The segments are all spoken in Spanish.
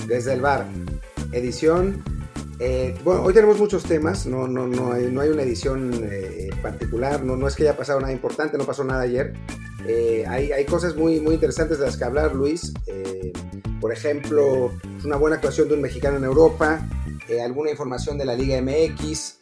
Desde el bar, edición. Bueno, hoy tenemos muchos temas, no hay una edición particular, no es que haya pasado nada importante, no pasó nada ayer. Hay cosas muy interesantes de las que hablar, Luis. Por ejemplo, una buena actuación de un mexicano en Europa, alguna información de la Liga MX.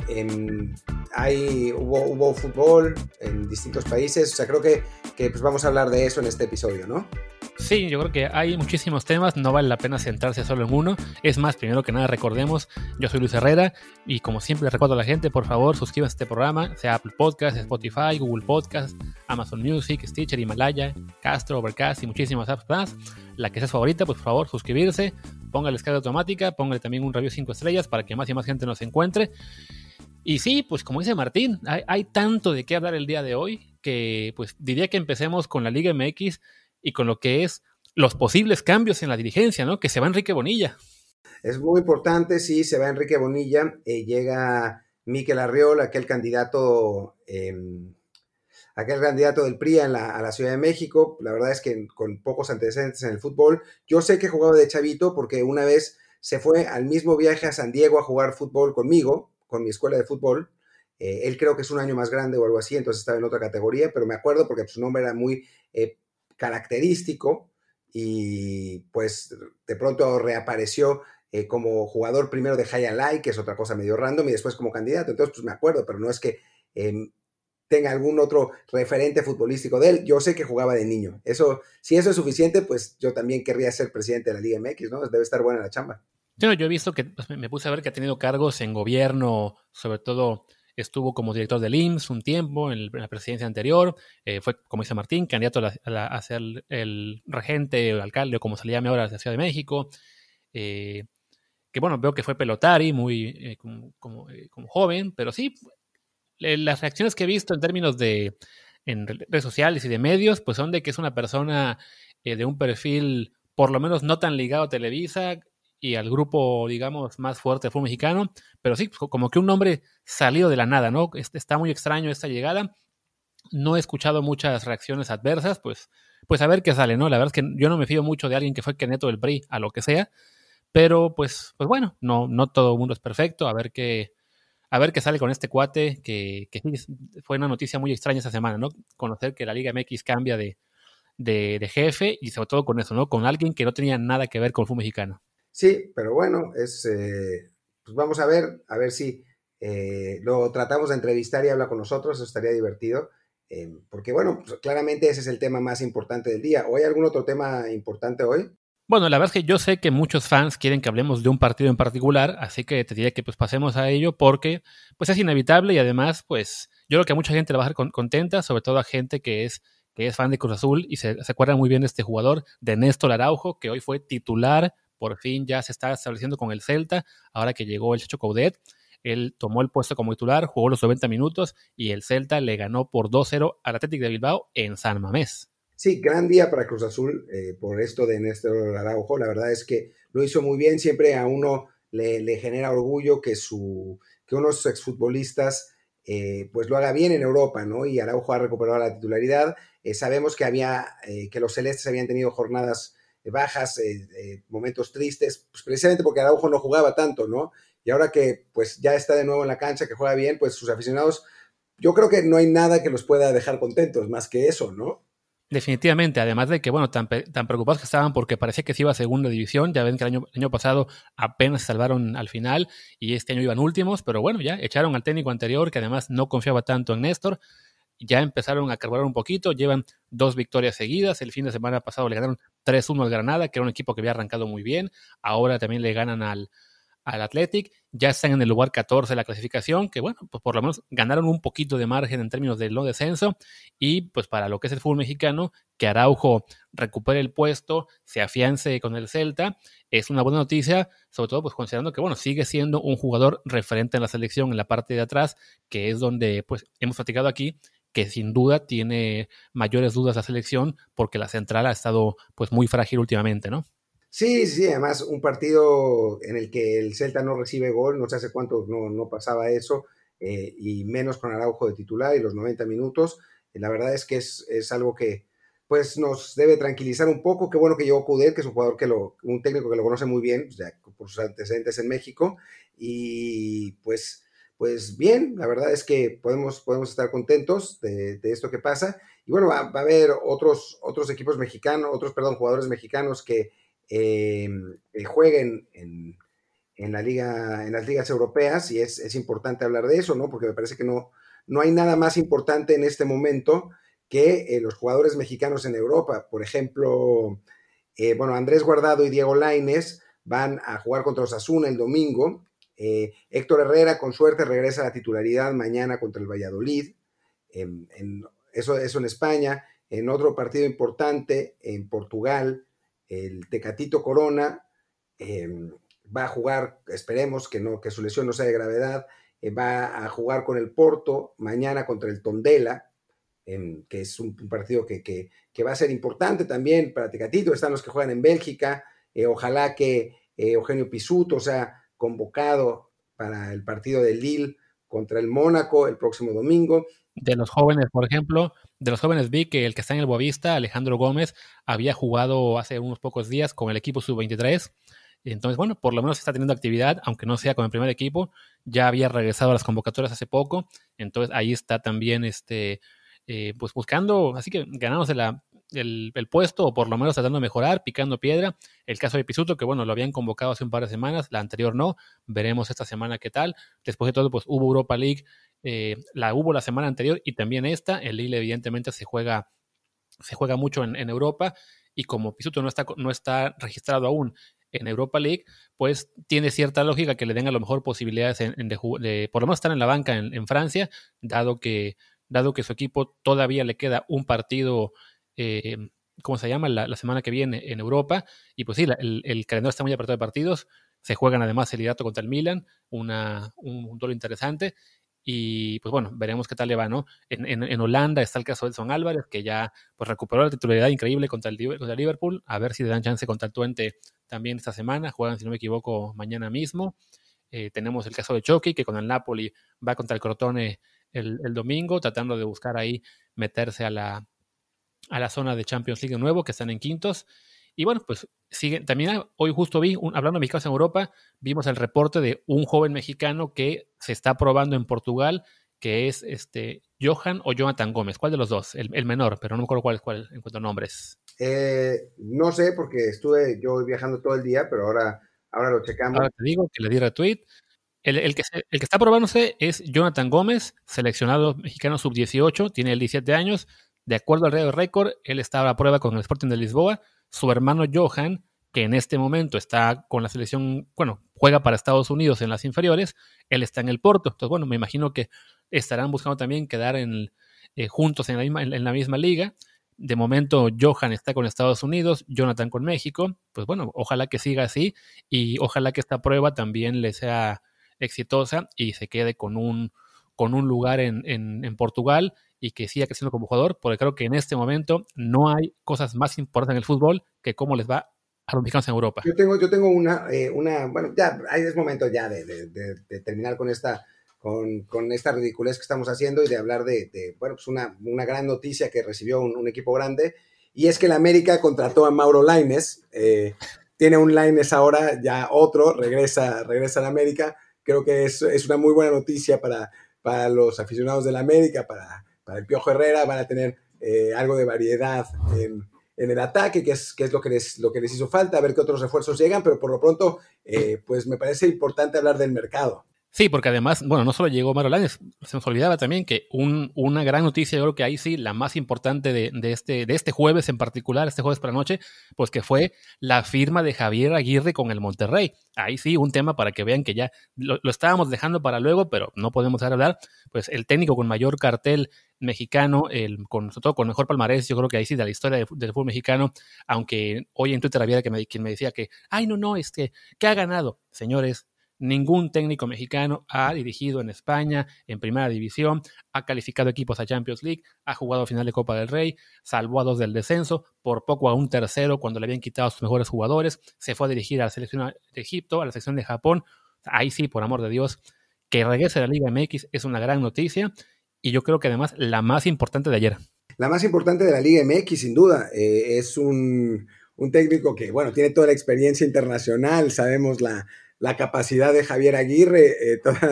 Hubo fútbol en distintos países, o sea, creo que pues vamos a hablar de eso en este episodio, ¿no? Sí, yo creo que hay muchísimos temas, no vale la pena centrarse solo en uno. Es más, primero que nada recordemos, yo soy Luis Herrera y como siempre les recuerdo a la gente, por favor suscríbanse a este programa, sea Apple Podcast, Spotify, Google Podcast, Amazon Music, Stitcher, Himalaya, Castro, Overcast y muchísimas apps más. La que sea su favorita, pues por favor suscribirse, póngale descarga automática, póngale también un review 5 estrellas para que más y más gente nos encuentre. Y sí, pues como dice Martín, hay tanto de qué hablar el día de hoy que pues diría que empecemos con la Liga MX y con lo que es los posibles cambios en la dirigencia, ¿no? Que se va Enrique Bonilla. Es muy importante, sí, se va Enrique Bonilla, llega Mikel Arriola, aquel candidato del PRI a la Ciudad de México. La verdad es que con pocos antecedentes en el fútbol. Yo sé que jugaba de chavito porque una vez se fue al mismo viaje a San Diego a jugar fútbol conmigo, con mi escuela de fútbol. Él creo que es un año más grande o algo así, entonces estaba en otra categoría, pero me acuerdo porque su nombre era muy característico y pues de pronto reapareció como jugador primero de High and Light, que es otra cosa medio random, y después como candidato. Entonces pues me acuerdo, pero no es que tenga algún otro referente futbolístico de él. Yo sé que jugaba de niño. Si eso es suficiente, pues yo también querría ser presidente de la Liga MX, ¿no? Debe estar buena la chamba. Yo he visto que, pues, me puse a ver que ha tenido cargos en gobierno, sobre todo estuvo como director del IMSS un tiempo en la presidencia anterior, fue, como dice Martín, candidato a ser el regente o el alcalde, o como se le llame ahora, de la Ciudad de México, que bueno, veo que fue pelotari, muy como joven, pero sí, las reacciones que he visto en términos en redes sociales y de medios, pues son de que es una persona de un perfil por lo menos no tan ligado a Televisa y al grupo, digamos, más fuerte del fútbol mexicano, pero sí, como que un nombre salido de la nada, ¿no? Está muy extraño esta llegada. No he escuchado muchas reacciones adversas, pues a ver qué sale, ¿no? La verdad es que yo no me fío mucho de alguien que fue neto del PRI a lo que sea, pero pues bueno, no todo el mundo es perfecto, a ver qué sale con este cuate, que fue una noticia muy extraña esta semana, ¿no? Conocer que la Liga MX cambia de jefe y sobre todo con eso, ¿no? Con alguien que no tenía nada que ver con el fútbol mexicano. Sí, pero bueno, pues vamos a ver si lo tratamos de entrevistar y habla con nosotros, eso estaría divertido, porque bueno, pues claramente ese es el tema más importante del día. ¿O hay algún otro tema importante hoy? Bueno, la verdad es que yo sé que muchos fans quieren que hablemos de un partido en particular, así que te diría que pues pasemos a ello porque pues es inevitable y además pues yo creo que a mucha gente le va a dejar contenta, sobre todo a gente que es fan de Cruz Azul y se acuerda muy bien de este jugador, de Néstor Araujo, que hoy fue titular, por fin ya se está estableciendo con el Celta, ahora que llegó el Chacho Coudet, él tomó el puesto como titular, jugó los 90 minutos y el Celta le ganó por 2-0 al Athletic de Bilbao en San Mamés. Sí, gran día para Cruz Azul por esto de Néstor Araujo. La verdad es que lo hizo muy bien. Siempre a uno le genera orgullo que unos exfutbolistas pues lo haga bien en Europa, ¿no? Y Araujo ha recuperado la titularidad. Sabemos que los celestes habían tenido jornadas bajas, momentos tristes, pues precisamente porque Araujo no jugaba tanto, ¿no? Y ahora que pues ya está de nuevo en la cancha, que juega bien, pues sus aficionados, yo creo que no hay nada que los pueda dejar contentos más que eso, ¿no? Definitivamente, además de que, bueno, tan preocupados que estaban porque parecía que se iba a segunda división, ya ven que el año pasado apenas se salvaron al final y este año iban últimos, pero bueno, ya echaron al técnico anterior que además no confiaba tanto en Néstor, ya empezaron a carburar un poquito, llevan 2 victorias seguidas, el fin de semana pasado le ganaron 3-1 al Granada, que era un equipo que había arrancado muy bien, ahora también le ganan al Athletic, ya están en el lugar 14 de la clasificación, que bueno, pues por lo menos ganaron un poquito de margen en términos del no descenso, y pues para lo que es el fútbol mexicano, que Araujo recupere el puesto, se afiance con el Celta, es una buena noticia, sobre todo pues considerando que bueno, sigue siendo un jugador referente en la selección en la parte de atrás, que es donde pues hemos platicado aquí, que sin duda tiene mayores dudas la selección, porque la central ha estado pues muy frágil últimamente, ¿no? Sí, además un partido en el que el Celta no recibe gol, no sé hace cuánto no pasaba eso, y menos con Araujo de titular y los 90 minutos. La verdad es que es algo que pues nos debe tranquilizar un poco. Qué bueno que llegó Coudet, que es un jugador un técnico que lo conoce muy bien, ya por sus antecedentes en México, y pues bien, la verdad es que podemos estar contentos de esto que pasa. Y bueno, va a haber otros equipos mexicanos, jugadores mexicanos que jueguen en las ligas europeas, y es importante hablar de eso, ¿no? Porque me parece que no hay nada más importante en este momento que los jugadores mexicanos en Europa. Por ejemplo, Andrés Guardado y Diego Lainez van a jugar contra Osasuna el domingo. Héctor Herrera, con suerte, regresa a la titularidad mañana contra el Valladolid. Eso en España. En otro partido importante, en Portugal, el Tecatito Corona va a jugar, esperemos que su lesión no sea de gravedad, va a jugar con el Porto mañana contra el Tondela, que es un partido que va a ser importante también para Tecatito. Están los que juegan en Bélgica, ojalá que Eugenio Pisuto sea convocado para el partido del Lille contra el Mónaco el próximo domingo. De los jóvenes, por ejemplo, vi que el que está en el Boavista, Alejandro Gómez, había jugado hace unos pocos días con el equipo sub-23. Entonces, bueno, por lo menos está teniendo actividad, aunque no sea con el primer equipo. Ya había regresado a las convocatorias hace poco. Entonces, ahí está también pues buscando, así que ganándose el puesto, o por lo menos tratando de mejorar, picando piedra. El caso de Pisuto, que bueno, lo habían convocado hace un par de semanas, la anterior no. Veremos esta semana qué tal. Después de todo, pues hubo Europa League, la hubo la semana anterior y también esta. El Lille evidentemente se juega mucho en Europa, y como Pisuto no está registrado aún en Europa League, pues tiene cierta lógica que le den a lo mejor posibilidades de por lo menos estar en la banca en Francia, dado que su equipo todavía le queda un partido, ¿cómo se llama?, la semana que viene en Europa. Y pues sí, el calendario está muy apretado de partidos. Se juegan además el liderato contra el Milan, un duelo interesante. Y pues bueno, veremos qué tal le va, ¿no? En Holanda está el caso de Edson Álvarez, que ya pues recuperó la titularidad increíble contra el Liverpool. A ver si le dan chance contra el Twente también esta semana. Juegan, si no me equivoco, mañana mismo. Tenemos el caso de Chucky, que con el Napoli va contra el Crotone el domingo, tratando de buscar ahí meterse a la zona de Champions League de nuevo, que están en quintos. Y bueno, pues sigue. También hoy justo hablando de mexicanos en Europa, vimos el reporte de un joven mexicano que se está probando en Portugal, que es Johan o Jonathan Gómez. ¿Cuál de los dos? El menor, pero no me acuerdo cuál en cuanto a nombres. No sé, porque estuve yo viajando todo el día, pero ahora lo checamos. Ahora te digo que le di retweet. El que está probándose es Jonathan Gómez, seleccionado mexicano sub-18, tiene 17 años. De acuerdo al Radio Record, él está a prueba con el Sporting de Lisboa. Su hermano Johan, que en este momento está con la selección, bueno, juega para Estados Unidos en las inferiores, él está en el Porto. Entonces, bueno, me imagino que estarán buscando también quedar juntos en la misma liga. De momento, Johan está con Estados Unidos, Jonathan con México. Pues bueno, ojalá que siga así, y ojalá que esta prueba también le sea exitosa y se quede con un lugar en Portugal, y que siga creciendo como jugador, porque creo que en este momento no hay cosas más importantes en el fútbol que cómo les va a los mexicanos en Europa. Yo tengo una bueno, ya es momento ya de terminar con esta ridiculez que estamos haciendo, y de hablar bueno, pues una gran noticia que recibió un equipo grande, y es que el América contrató a Mauro Lainez. Tiene un Lainez ahora, ya otro, regresa a la América. Creo que es una muy buena noticia para los aficionados del América, para el Piojo Herrera. Van a tener algo de variedad en el ataque, que es lo que les hizo falta, a ver qué otros refuerzos llegan, pero por lo pronto, pues me parece importante hablar del mercado. Sí, porque además, bueno, no solo llegó Mauro Lainez, se nos olvidaba también que una gran noticia, yo creo que ahí sí, la más importante de este jueves en particular, este jueves por la noche, pues que fue la firma de Javier Aguirre con el Monterrey. Ahí sí, un tema para que vean que ya lo estábamos dejando para luego, pero no podemos dejar de hablar. Pues el técnico con mayor cartel mexicano, sobre todo con mejor palmarés, yo creo que ahí sí, de la historia del fútbol mexicano, aunque hoy en Twitter había quien me decía que, ay, no, ¿qué ha ganado? Señores, ningún técnico mexicano ha dirigido en España, en Primera División, ha calificado equipos a Champions League, ha jugado final de Copa del Rey, salvó a 2 del descenso, por poco a un tercero cuando le habían quitado a sus mejores jugadores, se fue a dirigir a la selección de Egipto, a la selección de Japón. Ahí sí, por amor de Dios, que regrese a la Liga MX es una gran noticia, y yo creo que además la más importante de ayer. la más importante de la Liga MX, sin duda. Es un técnico que, bueno, tiene toda la experiencia internacional, sabemos la capacidad de Javier Aguirre, toda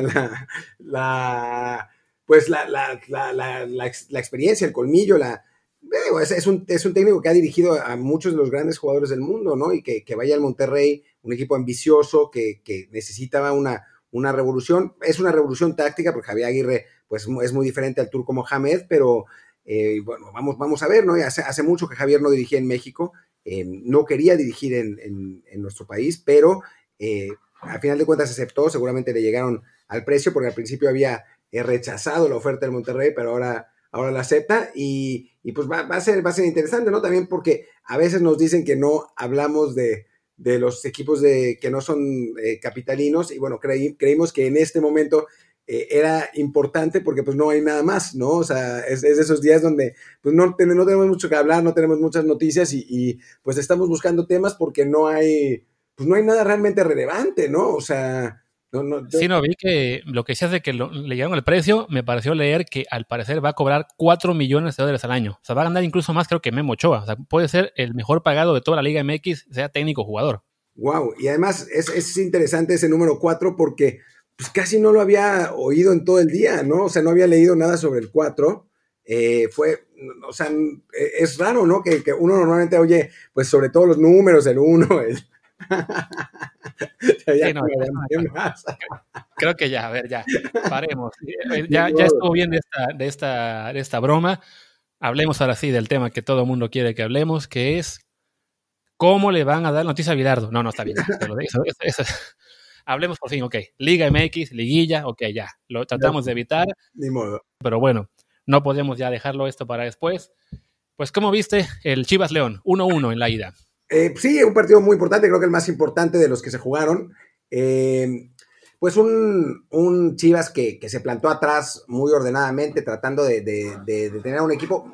pues la experiencia, el colmillo, es un técnico que ha dirigido a muchos de los grandes jugadores del mundo, ¿no? Y que vaya al Monterrey, un equipo ambicioso que necesitaba una revolución. Es una revolución táctica, porque Javier Aguirre pues, es muy diferente al turco Mohamed, pero bueno, vamos a ver, ¿no? Hace mucho que Javier no dirigía en México, no quería dirigir en nuestro país, pero al final de cuentas aceptó, seguramente le llegaron al precio, porque al principio había rechazado la oferta del Monterrey, pero ahora la acepta y pues va a ser interesante, ¿no? También porque a veces nos dicen que no hablamos de los equipos que no son capitalinos y bueno, creímos que en este momento era importante porque pues no hay nada más, ¿no? O sea, es de esos días donde pues no tenemos mucho que hablar, no tenemos muchas noticias y pues estamos buscando temas porque pues no hay nada realmente relevante, ¿no? O sea, Sí, no, vi que lo que decías de que le llegaron el precio, me pareció leer que al parecer va a cobrar 4 millones de dólares al año. O sea, va a ganar incluso más, creo que Memo Ochoa. O sea, puede ser el mejor pagado de toda la Liga MX, sea técnico o jugador. Wow, y además es interesante ese número 4 porque pues casi no lo había oído en todo el día, ¿no? O sea, no había leído nada sobre el 4. O sea, es raro, ¿no? Que uno normalmente oye, pues sobre todo los números, el 1, Sí, no, creo que ya, a ver, ya, paremos. Ya estuvo bien de esta broma. Hablemos ahora sí del tema que todo el mundo quiere que hablemos, que es cómo le van a dar noticia a Bilardo. No, está bien, ya, eso. Hablemos por fin, ok. Liga MX, liguilla, ok, ya. Lo tratamos de evitar. Ni modo. Pero bueno, no podemos ya dejarlo esto para después. Pues, ¿cómo viste el Chivas León? 1-1 en la ida. Sí, un partido muy importante, creo que el más importante de los que se jugaron. Pues un Chivas que se plantó atrás muy ordenadamente, tratando de tener un equipo.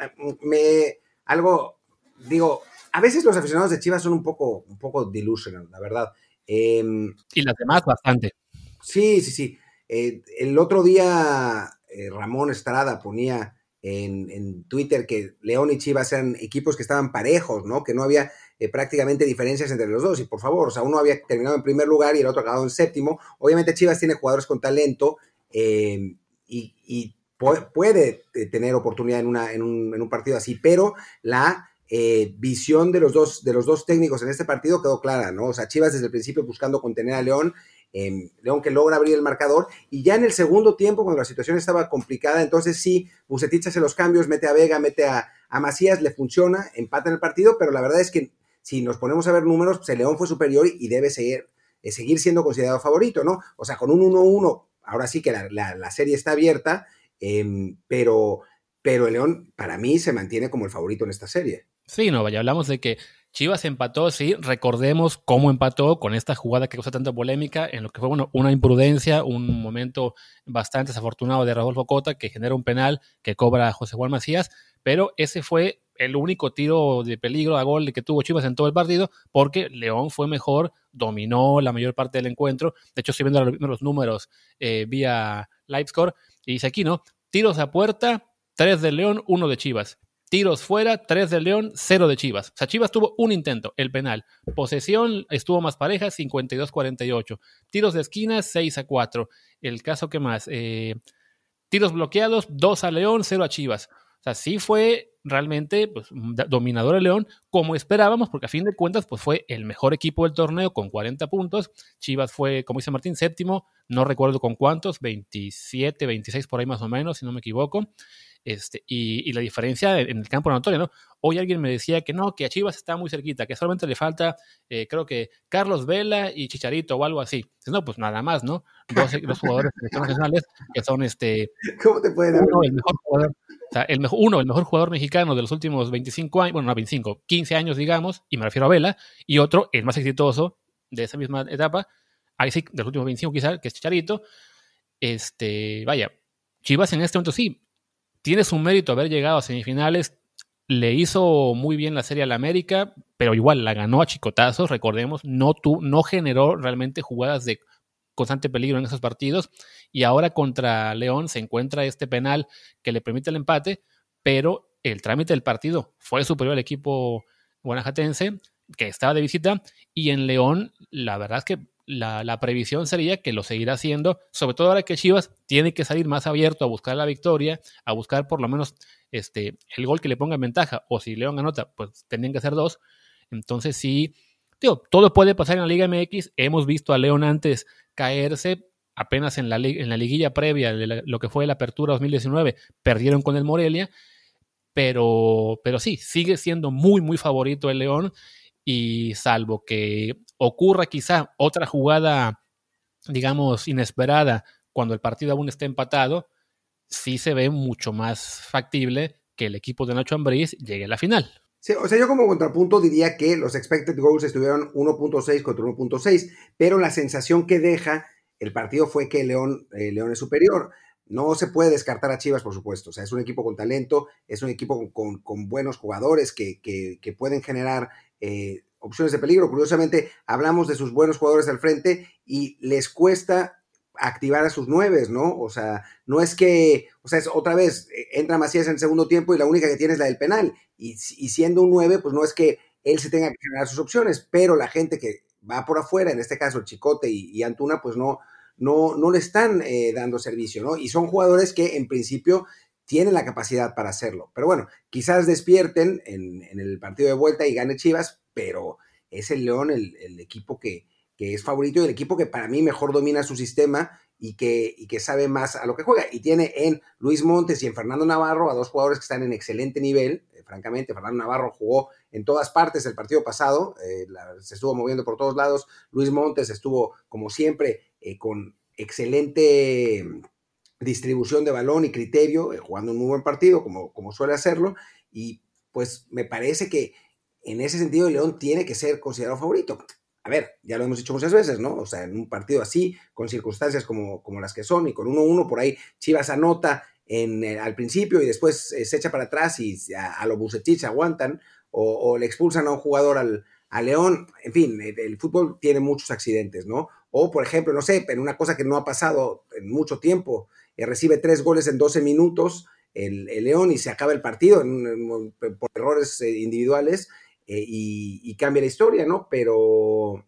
A veces los aficionados de Chivas son un poco delusional, la verdad. Y las demás bastante. Sí. El otro día Ramón Estrada ponía en Twitter que León y Chivas eran equipos que estaban parejos, ¿no? Que no había prácticamente diferencias entre los dos. Y por favor, o sea, uno había terminado en primer lugar y el otro acabado en séptimo. Obviamente Chivas tiene jugadores con talento y puede tener oportunidad en un partido así, pero la visión de los dos técnicos en este partido quedó clara, ¿no? O sea, Chivas desde el principio buscando contener a León, León que logra abrir el marcador, y ya en el segundo tiempo, cuando la situación estaba complicada, entonces sí, Vucetich hace los cambios, mete a Vega, mete a Macías, le funciona, empata en el partido, pero la verdad es que si nos ponemos a ver números, pues el León fue superior y debe seguir siendo considerado favorito, ¿no? O sea, con un 1-1, ahora sí que la serie está abierta, pero el León para mí se mantiene como el favorito en esta serie. Sí, no, vaya, hablamos de que Chivas empató, sí, recordemos cómo empató con esta jugada que causó tanta polémica, en lo que fue una imprudencia, un momento bastante desafortunado de Rodolfo Cota, que genera un penal que cobra José Juan Macías, pero ese fue el único tiro de peligro a gol que tuvo Chivas en todo el partido, porque León fue mejor, dominó la mayor parte del encuentro. De hecho, estoy viendo los números vía LiveScore, y dice aquí, ¿no? Tiros a puerta, 3 de León, 1 de Chivas. Tiros fuera, 3 de León, 0 de Chivas. O sea, Chivas tuvo un intento, el penal. Posesión estuvo más pareja, 52-48. Tiros de esquina, 6-4. El caso que más, tiros bloqueados, 2 a León, 0 a Chivas. O sea, sí fue realmente pues, dominador el León, como esperábamos, porque a fin de cuentas pues, fue el mejor equipo del torneo con 40 puntos. Chivas fue, como dice Martín, séptimo, no recuerdo con cuántos, 27, 26 por ahí más o menos, si no me equivoco. Y la diferencia en el campo notoria, ¿no? Hoy alguien me decía que no, que a Chivas está muy cerquita, que solamente le falta, creo que Carlos Vela y Chicharito o algo así. No, pues nada más, ¿no? Dos jugadores nacionales que son ¿Cómo te pueden dar? El mejor jugador, o sea, el mejor jugador mexicano de los últimos 25 años, bueno, no 25, 15 años, digamos, y me refiero a Vela, y otro, el más exitoso de esa misma etapa, ahí sí, de los últimos 25 quizás, que es Chicharito. Vaya, Chivas en este momento sí tiene su mérito haber llegado a semifinales, le hizo muy bien la serie al América, pero igual la ganó a chicotazos, recordemos, no generó realmente jugadas de constante peligro en esos partidos, y ahora contra León se encuentra este penal que le permite el empate, pero el trámite del partido fue superior al equipo guanajuatense, que estaba de visita, y en León, la verdad es que la previsión sería que lo seguirá haciendo, sobre todo ahora que Chivas tiene que salir más abierto a buscar la victoria, a buscar por lo menos el gol que le ponga en ventaja, o si León anota, pues tendrían que ser 2. Entonces sí, todo puede pasar en la Liga MX. Hemos visto a León antes caerse, apenas en la liguilla previa de lo que fue la apertura 2019, perdieron con el Morelia, pero sí, sigue siendo muy, muy favorito el León, y salvo que ocurra quizá otra jugada, digamos, inesperada, cuando el partido aún esté empatado, sí se ve mucho más factible que el equipo de Nacho Ambriz llegue a la final. Sí, o sea, yo como contrapunto diría que los expected goals estuvieron 1.6 contra 1.6, pero la sensación que deja el partido fue que León es superior. No se puede descartar a Chivas, por supuesto. O sea, es un equipo con talento, es un equipo con buenos jugadores que pueden generar opciones de peligro. Curiosamente, hablamos de sus buenos jugadores al frente y les cuesta activar a sus nueves, ¿no? O sea, no es que, o sea, es otra vez, entra Macías en el segundo tiempo y la única que tiene es la del penal. Y siendo un 9, pues no es que él se tenga que generar sus opciones, pero la gente que va por afuera, en este caso el Chicote y Antuna, pues no le están dando servicio, ¿no? Y son jugadores que en principio tienen la capacidad para hacerlo. Pero bueno, quizás despierten en el partido de vuelta y gane Chivas, pero es el León el equipo que es favorito y el equipo que para mí mejor domina su sistema y que sabe más a lo que juega. Y tiene en Luis Montes y en Fernando Navarro a dos jugadores que están en excelente nivel. Francamente, Fernando Navarro jugó en todas partes el partido pasado, se estuvo moviendo por todos lados. Luis Montes estuvo, como siempre, con excelente distribución de balón y criterio, jugando un muy buen partido, como suele hacerlo, y pues me parece que en ese sentido el León tiene que ser considerado favorito. A ver, ya lo hemos dicho muchas veces, ¿no? O sea, en un partido así, con circunstancias como las que son, y con 1-1, por ahí Chivas anota al principio y después se echa para atrás y a lo Bucetich aguantan, o le expulsan a un jugador a León. En fin, el fútbol tiene muchos accidentes, ¿no? O, por ejemplo, no sé, en una cosa que no ha pasado en mucho tiempo, recibe 3 goles en 12 minutos el León y se acaba el partido por errores individuales, y cambia la historia, ¿no? Pero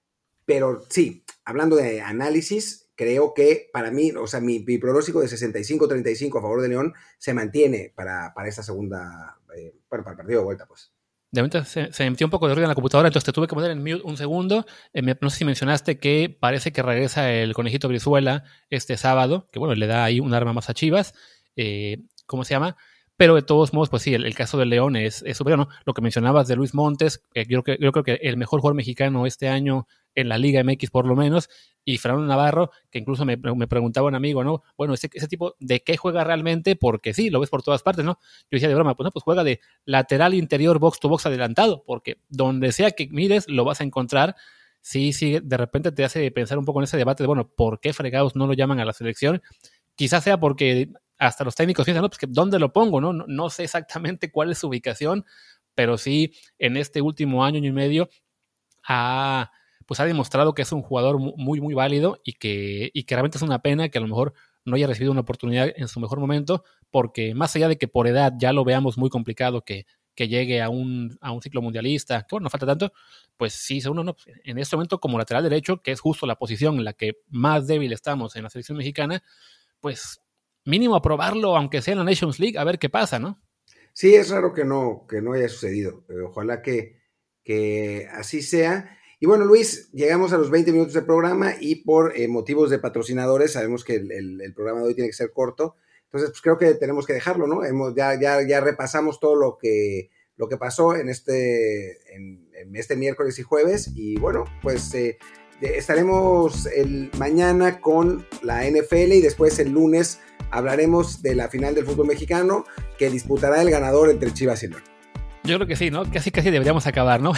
sí, hablando de análisis, creo que para mí, o sea, mi pronóstico de 65-35 a favor de León se mantiene para esta segunda, para el partido de vuelta, pues. De momento se metió un poco de ruido en la computadora, entonces te tuve que poner en mute un segundo. No sé si mencionaste que parece que regresa el Conejito Brizuela este sábado, que bueno, le da ahí un arma más a Chivas. ¿Cómo se llama? Pero de todos modos, pues sí, el caso del León es superior, ¿no? Lo que yo creo que el mejor jugador mexicano este año en la Liga MX por lo menos, y Fernando Navarro, que incluso me preguntaba un amigo, ¿no? Bueno, ese tipo, ¿de qué juega realmente? Porque sí, lo ves por todas partes, ¿no? Yo decía de broma, pues no, pues juega de lateral interior, box to box adelantado, porque donde sea que mires lo vas a encontrar. Sí, de repente te hace pensar un poco en ese debate de, bueno, ¿por qué fregados no lo llaman a la selección? Quizás sea porque hasta los técnicos piensan, no, pues que ¿dónde lo pongo? No sé exactamente cuál es su ubicación, pero sí, en este último año y medio ha demostrado que es un jugador muy, muy válido, y que realmente es una pena que a lo mejor no haya recibido una oportunidad en su mejor momento, porque más allá de que por edad ya lo veamos muy complicado que llegue a un ciclo mundialista, que bueno, no falta tanto, pues sí, en este momento como lateral derecho, que es justo la posición en la que más débil estamos en la selección mexicana, pues mínimo aprobarlo, aunque sea en la Nations League, a ver qué pasa, ¿no? Sí, es raro que no haya sucedido. Ojalá que así sea. Y bueno, Luis, llegamos a los 20 minutos del programa y por motivos de patrocinadores sabemos que el programa de hoy tiene que ser corto. Entonces, pues creo que tenemos que dejarlo, ¿no? Ya repasamos todo lo que pasó en este miércoles y jueves. Y bueno, pues estaremos mañana con la NFL y después el lunes hablaremos de la final del fútbol mexicano que disputará el ganador entre Chivas y León. Yo creo que sí, ¿no? Casi deberíamos acabar, ¿no?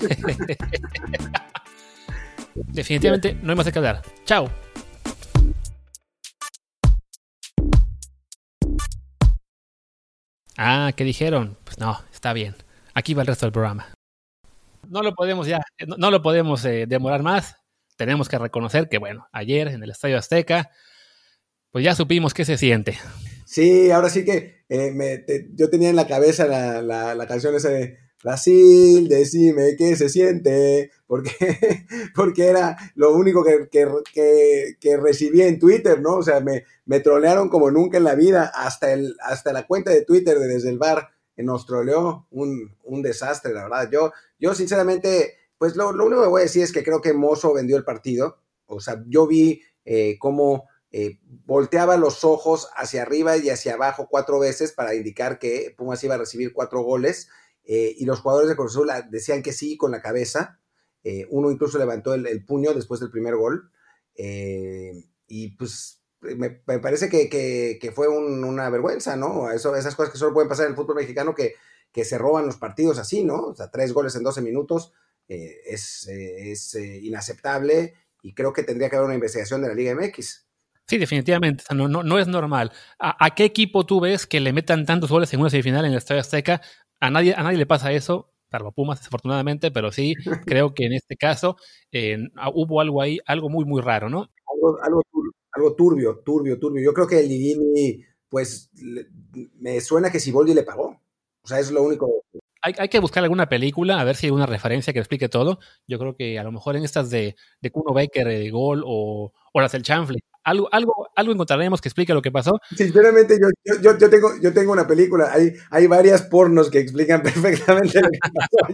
Definitivamente no hay más que hablar. Chao. ¿Qué dijeron? Pues no, está bien. Aquí va el resto del programa. No lo podemos demorar más. Tenemos que reconocer que, bueno, ayer en el Estadio Azteca, pues ya supimos qué se siente. Sí, ahora sí que yo tenía en la cabeza la canción esa de Brasil, decime qué se siente, porque, porque era lo único que recibí en Twitter, ¿no? O sea, me trolearon como nunca en la vida, hasta la cuenta de Twitter de Desde el Bar nos troleó, un desastre, la verdad. Yo sinceramente, pues lo único que voy a decir es que creo que Mozo vendió el partido, o sea, yo vi cómo volteaba los ojos hacia arriba y hacia abajo 4 veces para indicar que Pumas iba a recibir 4 goles, y los jugadores de Cruz Azul decían que sí con la cabeza, uno incluso levantó el puño después del primer gol, y pues me parece que fue una vergüenza, ¿no? Esas cosas que solo pueden pasar en el fútbol mexicano, que se roban los partidos así, ¿no? O sea, 3 goles en 12 minutos es inaceptable, y creo que tendría que haber una investigación de la Liga MX. Sí, definitivamente. O sea, no es normal. ¿A qué equipo tú ves que le metan tantos goles en una semifinal en el Estadio Azteca? A nadie le pasa eso, salvo Pumas, desafortunadamente, pero sí, creo que en este caso hubo algo ahí, algo muy, muy raro, ¿no? Algo turbio. Yo creo que el Lilini, pues, me suena que Siboldi le pagó. O sea, es lo único. Hay que buscar alguna película, a ver si hay una referencia que explique todo. Yo creo que a lo mejor en estas de Kuno Becker, de Gol o las del Chanfle, algo encontraremos que explique lo que pasó. Sinceramente, yo tengo una película. Hay varias pornos que explican perfectamente lo que pasó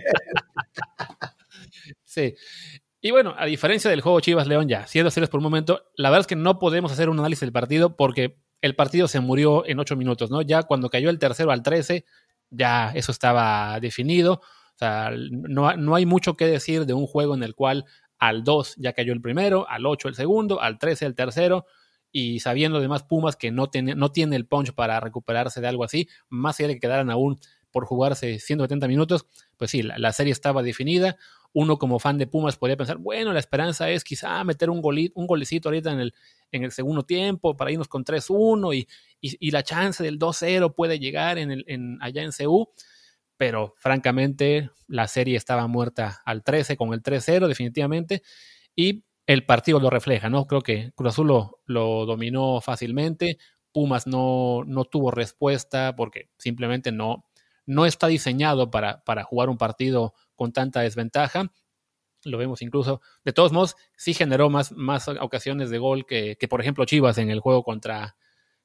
ayer. Sí. Y bueno, a diferencia del juego Chivas-León, ya, siendo serios por un momento, la verdad es que no podemos hacer un análisis del partido porque el partido se murió en 8 minutos, ¿no? Ya cuando cayó el tercero al 13, ya eso estaba definido. O sea, no hay mucho que decir de un juego en el cual al 2 ya cayó el primero, al 8 el segundo, al 13 el tercero, y sabiendo además Pumas que no tiene el punch para recuperarse de algo así, más allá de que quedaran aún por jugarse 170 minutos, pues sí, la serie estaba definida. Uno como fan de Pumas podría pensar, bueno, la esperanza es quizá meter un golecito ahorita en el segundo tiempo para irnos con 3-1 y la chance del 2-0 puede llegar allá en CU, pero francamente la serie estaba muerta al 13 con el 3-0 definitivamente, y el partido lo refleja, ¿no? Creo que Cruz Azul lo dominó fácilmente, Pumas no tuvo respuesta porque simplemente no está diseñado para jugar un partido con tanta desventaja. Lo vemos incluso, de todos modos, sí generó más ocasiones de gol que por ejemplo Chivas en el juego contra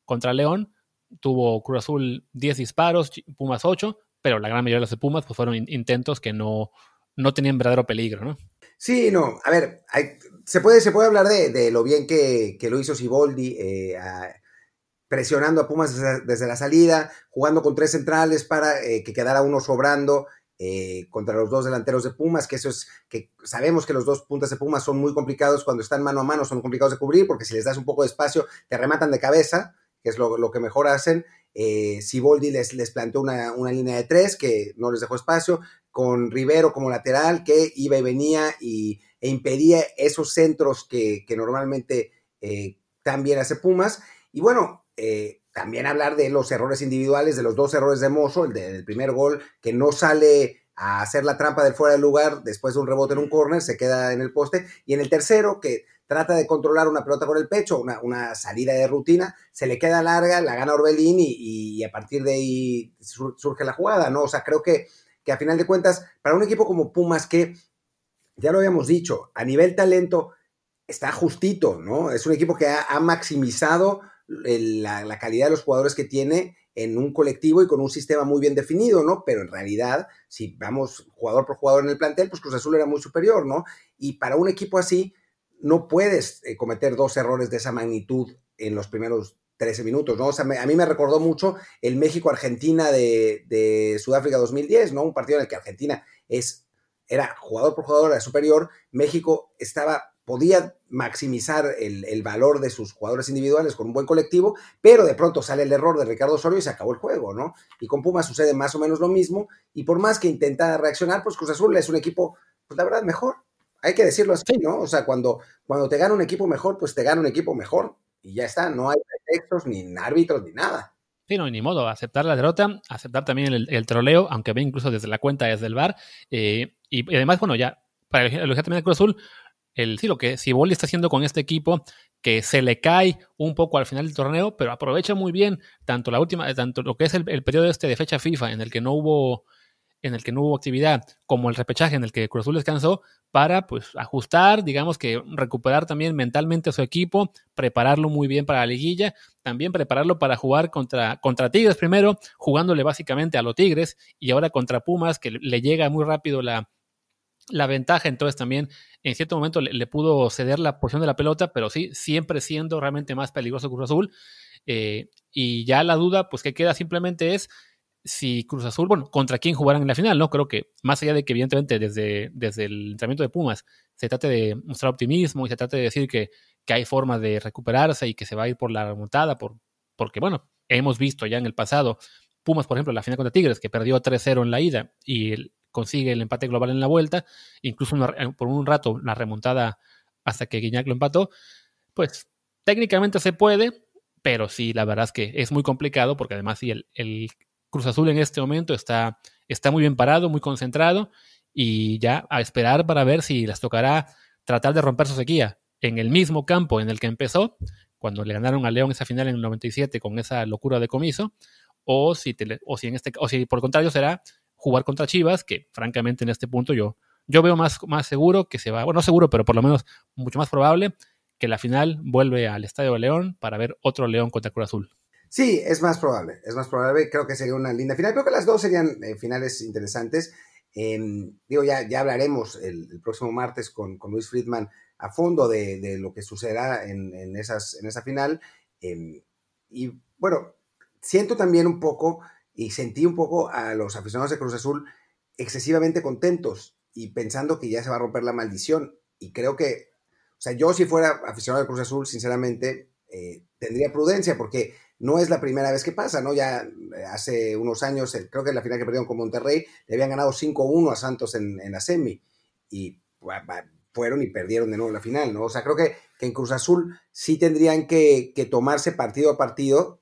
León. Tuvo Cruz Azul 10 disparos, Pumas 8, pero la gran mayoría de los de Pumas pues, fueron intentos que no tenían verdadero peligro, ¿no? Sí, no, a ver, se puede hablar de lo bien que lo hizo Siboldi, presionando a Pumas desde la salida, jugando con 3 centrales para que quedara uno sobrando contra los 2 delanteros de Pumas, que eso es, que sabemos que los 2 puntas de Pumas son muy complicados cuando están mano a mano, son complicados de cubrir, porque si les das un poco de espacio, te rematan de cabeza, que es lo que mejor hacen. Siboldi les planteó una línea de 3 que no les dejó espacio, con Rivero como lateral, que iba y venía e impedía esos centros que normalmente también hace Pumas. Y bueno, también hablar de los errores individuales, de los 2 errores de Mozo, el del primer gol, que no sale a hacer la trampa del fuera de lugar después de un rebote en un córner, se queda en el poste, y en el tercero, que trata de controlar una pelota con el pecho, una salida de rutina, se le queda larga, la gana Orbelín y a partir de ahí surge la jugada, ¿no? O sea, creo que a final de cuentas, para un equipo como Pumas, que ya lo habíamos dicho, a nivel talento está justito, ¿no? Es un equipo que ha maximizado la calidad de los jugadores que tiene en un colectivo y con un sistema muy bien definido, ¿no? Pero en realidad, si vamos jugador por jugador en el plantel, pues Cruz Azul era muy superior, ¿no? Y para un equipo así, no puedes cometer 2 errores de esa magnitud en los primeros 13 minutos, ¿no? O sea, a mí me recordó mucho el México-Argentina de Sudáfrica 2010, ¿no? Un partido en el que Argentina era jugador por jugador, era superior. México podía maximizar el valor de sus jugadores individuales con un buen colectivo, pero de pronto sale el error de Ricardo Osorio y se acabó el juego, ¿no? Y con Pumas sucede más o menos lo mismo, y por más que intenta reaccionar, pues Cruz Azul es un equipo, pues la verdad, mejor. Hay que decirlo así, ¿no? O sea, cuando te gana un equipo mejor, pues te gana un equipo mejor, y ya está, no hay pretextos, ni árbitros, ni nada. Sí, no, ni modo, aceptar la derrota, aceptar también el troleo, aunque ve incluso desde la cuenta, desde el VAR, y además, bueno, ya, para elogiar también a Cruz Azul, sí, lo que Siboldi está haciendo con este equipo, que se le cae un poco al final del torneo, pero aprovecha muy bien tanto tanto lo que es el periodo de fecha FIFA en el que no hubo actividad, como el repechaje en el que Cruz Azul descansó, para pues ajustar, digamos que recuperar también mentalmente a su equipo, prepararlo muy bien para la liguilla, también prepararlo para jugar contra Tigres primero, jugándole básicamente a los Tigres, y ahora contra Pumas, que le llega muy rápido la ventaja. Entonces también en cierto momento le pudo ceder la posición de la pelota, pero sí, siempre siendo realmente más peligroso Cruz Azul. Y ya la duda, pues que queda simplemente es si Cruz Azul, bueno, contra quién jugarán en la final, ¿no? Creo que más allá de que evidentemente desde el entrenamiento de Pumas se trate de mostrar optimismo y se trate de decir que hay forma de recuperarse y que se va a ir por la remontada, porque bueno, hemos visto ya en el pasado Pumas, por ejemplo, en la final contra Tigres, que perdió 3-0 en la ida y consigue el empate global en la vuelta, incluso por un rato la remontada hasta que Guiñac lo empató, pues técnicamente se puede, pero sí, la verdad es que es muy complicado porque además sí, el Cruz Azul en este momento está muy bien parado, muy concentrado y ya a esperar para ver si les tocará tratar de romper su sequía en el mismo campo en el que empezó, cuando le ganaron a León esa final en el 97 con esa locura de Comiso, o si por el contrario será jugar contra Chivas, que francamente en este punto yo veo más seguro que se va, bueno, no seguro, pero por lo menos mucho más probable que la final vuelve al Estadio de León para ver otro León contra Cruz Azul. Sí, es más probable, creo que sería una linda final, creo que las dos serían finales interesantes. Digo, ya hablaremos el próximo martes con Luis Friedman a fondo de lo que sucederá en esa final. Y bueno, siento también un poco y sentí un poco a los aficionados de Cruz Azul excesivamente contentos y pensando que ya se va a romper la maldición. Y creo que, o sea, yo si fuera aficionado de Cruz Azul, sinceramente, tendría prudencia porque no es la primera vez que pasa, ¿no? Ya hace unos años, creo que en la final que perdieron con Monterrey, le habían ganado 5-1 a Santos en la semi y fueron y perdieron de nuevo la final, ¿no? O sea, creo que en Cruz Azul sí tendrían que tomarse partido a partido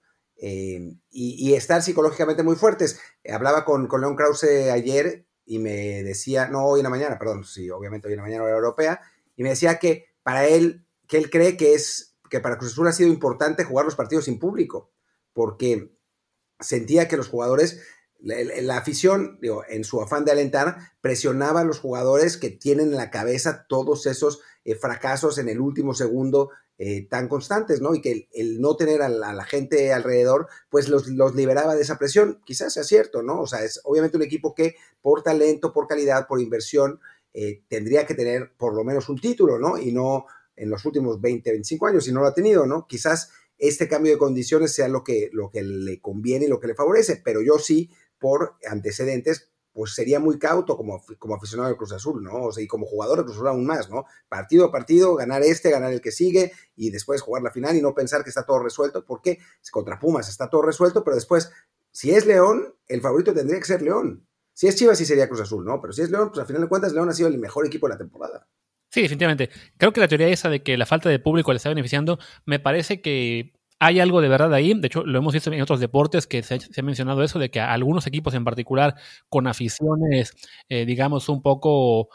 y estar psicológicamente muy fuertes. Hablaba con León Krause ayer y me decía, no, hoy en la mañana, perdón, sí, obviamente hoy en la mañana hora europea, y me decía que para él, que él cree que para Cruz Azul ha sido importante jugar los partidos sin público, porque sentía que los jugadores, la afición, digo, en su afán de alentar, presionaba a los jugadores que tienen en la cabeza todos esos fracasos en el último segundo tan constantes, ¿no? Y que el no tener a la gente alrededor, pues los liberaba de esa presión. Quizás sea cierto, ¿no? O sea, es obviamente un equipo que por talento, por calidad, por inversión, tendría que tener por lo menos un título, ¿no? Y no en los últimos 20, 25 años, si no lo ha tenido, ¿no? Quizás este cambio de condiciones sea lo que le conviene y lo que le favorece, pero yo sí, por antecedentes, pues sería muy cauto como aficionado de Cruz Azul, ¿no? O sea, y como jugador de Cruz Azul aún más, ¿no? Partido a partido, ganar ganar el que sigue y después jugar la final y no pensar que está todo resuelto, porque contra Pumas está todo resuelto, pero después, si es León, el favorito tendría que ser León. Si es Chivas, sí sería Cruz Azul, ¿no? Pero si es León, pues al final de cuentas, León ha sido el mejor equipo de la temporada. Sí, definitivamente. Creo que la teoría esa de que la falta de público le está beneficiando, me parece que hay algo de verdad ahí. De hecho, lo hemos visto en otros deportes que se ha mencionado eso, de que algunos equipos en particular con aficiones, digamos, un poco,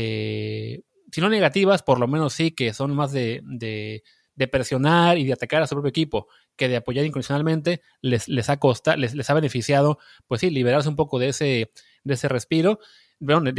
si no negativas, por lo menos sí, que son más de presionar y de atacar a su propio equipo que de apoyar incondicionalmente, les ha beneficiado, pues sí, liberarse un poco de ese respiro, bueno,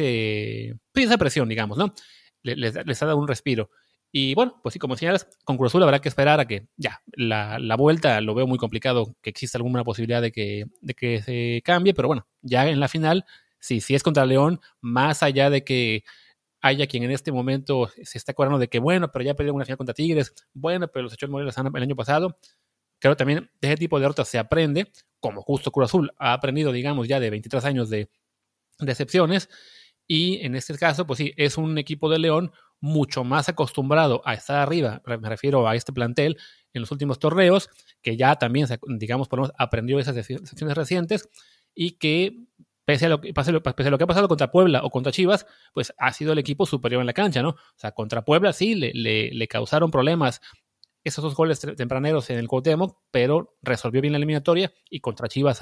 de esa presión, digamos, ¿no? Les ha dado un respiro. Y bueno, pues sí, como señalas, con Cruz Azul habrá que esperar a que ya la vuelta lo veo muy complicado, que exista alguna posibilidad de que se cambie, pero bueno, ya en la final, si es contra León, más allá de que haya quien en este momento se está acordando de que bueno, pero ya perdieron una final contra Tigres, bueno, pero los echó en Morelos el año pasado, creo también de ese tipo de derrotas se aprende, como justo Cruz Azul ha aprendido, digamos, ya de 23 años de excepciones. Y en este caso, pues sí, es un equipo de León mucho más acostumbrado a estar arriba, me refiero a este plantel en los últimos torneos, que ya también, digamos, por lo menos aprendió esas decisiones recientes y que pese a lo que ha pasado contra Puebla o contra Chivas, pues ha sido el equipo superior en la cancha, ¿no? O sea, contra Puebla sí le causaron problemas esos dos goles tempraneros en el Cuauhtémoc, pero resolvió bien la eliminatoria y contra Chivas ha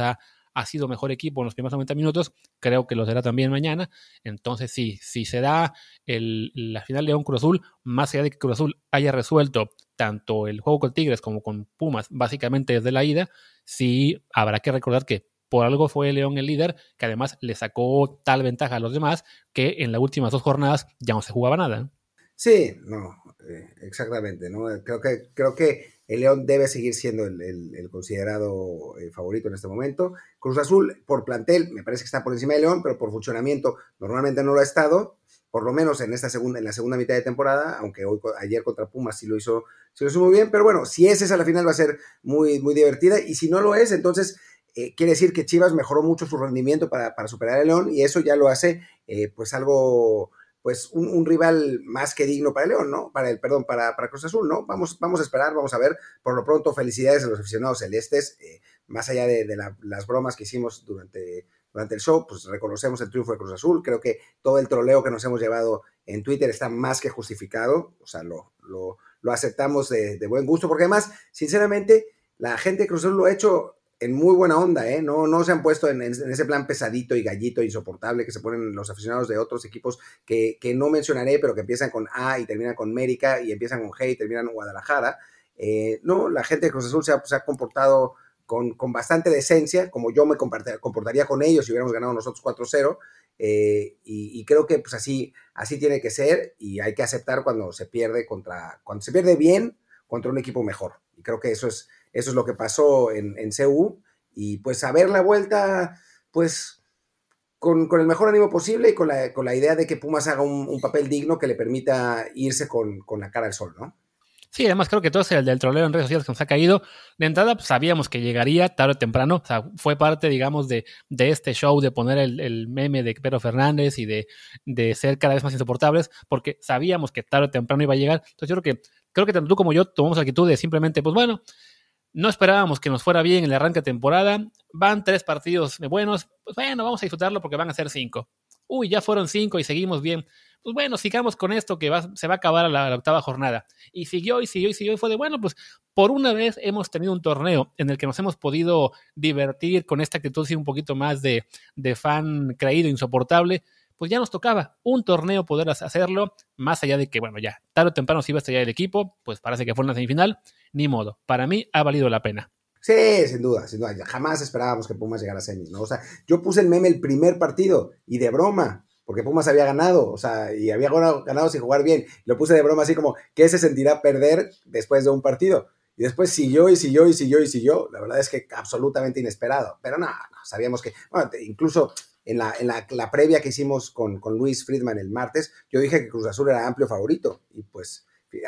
ha sido mejor equipo en los primeros 90 minutos, creo que lo será también mañana. Entonces sí, si se da la final León-Cruz Azul, más allá de que Cruz Azul haya resuelto tanto el juego con Tigres como con Pumas, básicamente desde la ida, sí habrá que recordar que por algo fue León el líder, que además le sacó tal ventaja a los demás que en las últimas 2 jornadas ya no se jugaba nada. Sí, no, exactamente, ¿no? Creo que el León debe seguir siendo el considerado favorito en este momento. Cruz Azul, por plantel, me parece que está por encima de León, pero por funcionamiento normalmente no lo ha estado, por lo menos en la segunda mitad de temporada, aunque ayer contra Pumas sí lo hizo muy bien, pero bueno, si es esa la final va a ser muy, muy divertida, y si no lo es, entonces quiere decir que Chivas mejoró mucho su rendimiento para superar a León, y eso ya lo hace pues algo, pues un rival más que digno para León, ¿no? Para Cruz Azul, ¿no? Vamos a esperar, vamos a ver. Por lo pronto, felicidades a los aficionados celestes, más allá de las bromas que hicimos durante el show, pues reconocemos el triunfo de Cruz Azul. Creo que todo el troleo que nos hemos llevado en Twitter está más que justificado, o sea, lo aceptamos de buen gusto, porque además, sinceramente, la gente de Cruz Azul lo ha hecho en muy buena onda, ¿eh? No se han puesto en ese plan pesadito y gallito insoportable que se ponen los aficionados de otros equipos que no mencionaré, pero que empiezan con A y terminan con América, y empiezan con G y terminan en Guadalajara. No, la gente de Cruz Azul se ha comportado con bastante decencia, como yo me comportaría con ellos si hubiéramos ganado nosotros 4-0, y creo que pues así tiene que ser, y hay que aceptar cuando se pierde bien contra un equipo mejor, y creo que eso es lo que pasó en CU, y pues a ver la vuelta, pues con el mejor ánimo posible, y con la idea de que Pumas haga un papel digno que le permita irse con la cara al sol, ¿no? Sí, además creo que todo es el del troleo en redes sociales que nos ha caído. De entrada, pues, sabíamos que llegaría tarde o temprano. O sea, fue parte, digamos, de este show de poner el meme de Pedro Fernández y de ser cada vez más insoportables, porque sabíamos que tarde o temprano iba a llegar. Entonces yo creo que tanto tú como yo tomamos la actitud de simplemente, pues bueno, no esperábamos que nos fuera bien el arranque de temporada. Van 3 partidos buenos. Pues bueno, vamos a disfrutarlo porque van a ser 5. Uy, ya fueron 5 y seguimos bien. Pues bueno, sigamos con esto que se va a acabar a la 8ª jornada. Y siguió, y fue de, bueno, pues por una vez hemos tenido un torneo en el que nos hemos podido divertir con esta actitud, sí, un poquito más de fan creído, insoportable. Pues ya nos tocaba un torneo poder hacerlo, más allá de que, bueno, ya tarde o temprano se iba a estallar el equipo, pues parece que fue una semifinal, ni modo. Para mí ha valido la pena. Sí, sin duda. Jamás esperábamos que Pumas llegara a semis, ¿no? O sea, yo puse el meme el primer partido, y de broma, porque Pumas había ganado, o sea, y había ganado sin jugar bien. Lo puse de broma así como, ¿qué se sentirá perder después de un partido? Y después siguió. La verdad es que absolutamente inesperado. Pero no, sabíamos que, bueno, incluso en la previa que hicimos con Luis Friedman el martes, yo dije que Cruz Azul era amplio favorito. Y pues,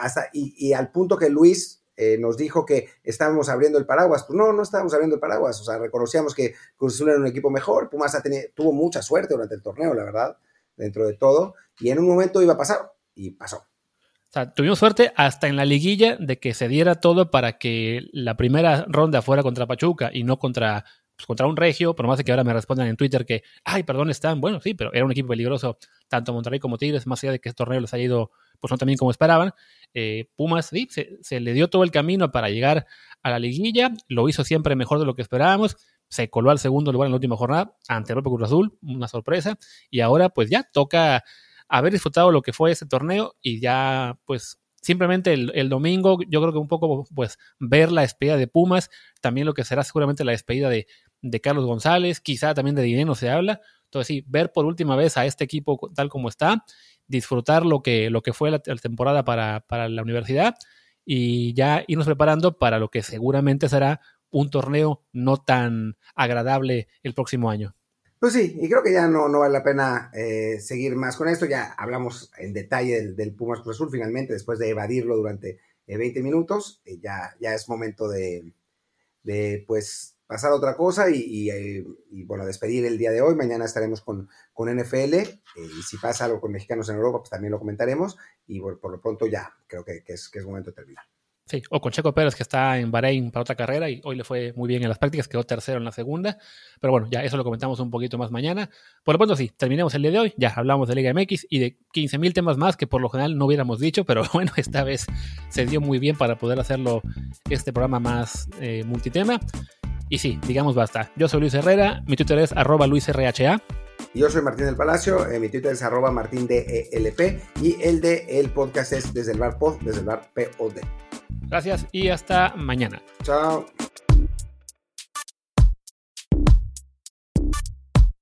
y al punto que Luis nos dijo que estábamos abriendo el paraguas. Pues no estábamos abriendo el paraguas. O sea, reconocíamos que Cruz Azul era un equipo mejor. Pumas tuvo mucha suerte durante el torneo, la verdad, dentro de todo. Y en un momento iba a pasar, y pasó. O sea, tuvimos suerte hasta en la liguilla de que se diera todo para que la primera ronda fuera contra Pachuca y no contra un regio, por más de que ahora me respondan en Twitter que, ay, perdón, están, bueno, sí, pero era un equipo peligroso, tanto Monterrey como Tigres, más allá de que este torneo les haya ido, pues no también como esperaban. Pumas, sí, se le dio todo el camino para llegar a la liguilla, lo hizo siempre mejor de lo que esperábamos, se coló al segundo lugar en la última jornada, ante el Grupo Cruz Azul, una sorpresa, y ahora pues ya toca haber disfrutado lo que fue ese torneo, y ya pues simplemente el domingo yo creo que un poco pues ver la despedida de Pumas, también lo que será seguramente la despedida de Carlos González, quizá también de Dineno se habla. Entonces sí, ver por última vez a este equipo tal como está, disfrutar lo que fue la temporada para la universidad, y ya irnos preparando para lo que seguramente será un torneo no tan agradable el próximo año. Pues sí, y creo que ya no vale la pena seguir más con esto. Ya hablamos en detalle del Pumas Cruz Azul finalmente, después de evadirlo durante 20 minutos. Ya es momento de pues pasar a otra cosa y bueno, despedir el día de hoy. Mañana estaremos con NFL, y si pasa algo con mexicanos en Europa, pues también lo comentaremos, y bueno, por lo pronto ya creo que es momento de terminar. Sí, o con Checo Pérez, que está en Bahrein para otra carrera y hoy le fue muy bien en las prácticas, quedó tercero en la segunda. Pero bueno, ya eso lo comentamos un poquito más mañana. Por lo pronto sí, terminemos el día de hoy. Ya hablamos de Liga MX y de 15,000 temas más que por lo general no hubiéramos dicho, pero bueno, esta vez se dio muy bien para poder hacerlo este programa más multitema. Y sí, digamos basta. Yo soy Luis Herrera, mi Twitter es @LuisRHA. Y yo soy Martín del Palacio, mi Twitter es @MartinDelp y el de el podcast es desde el bar pod, desde el bar POD. Gracias y hasta mañana. Chao.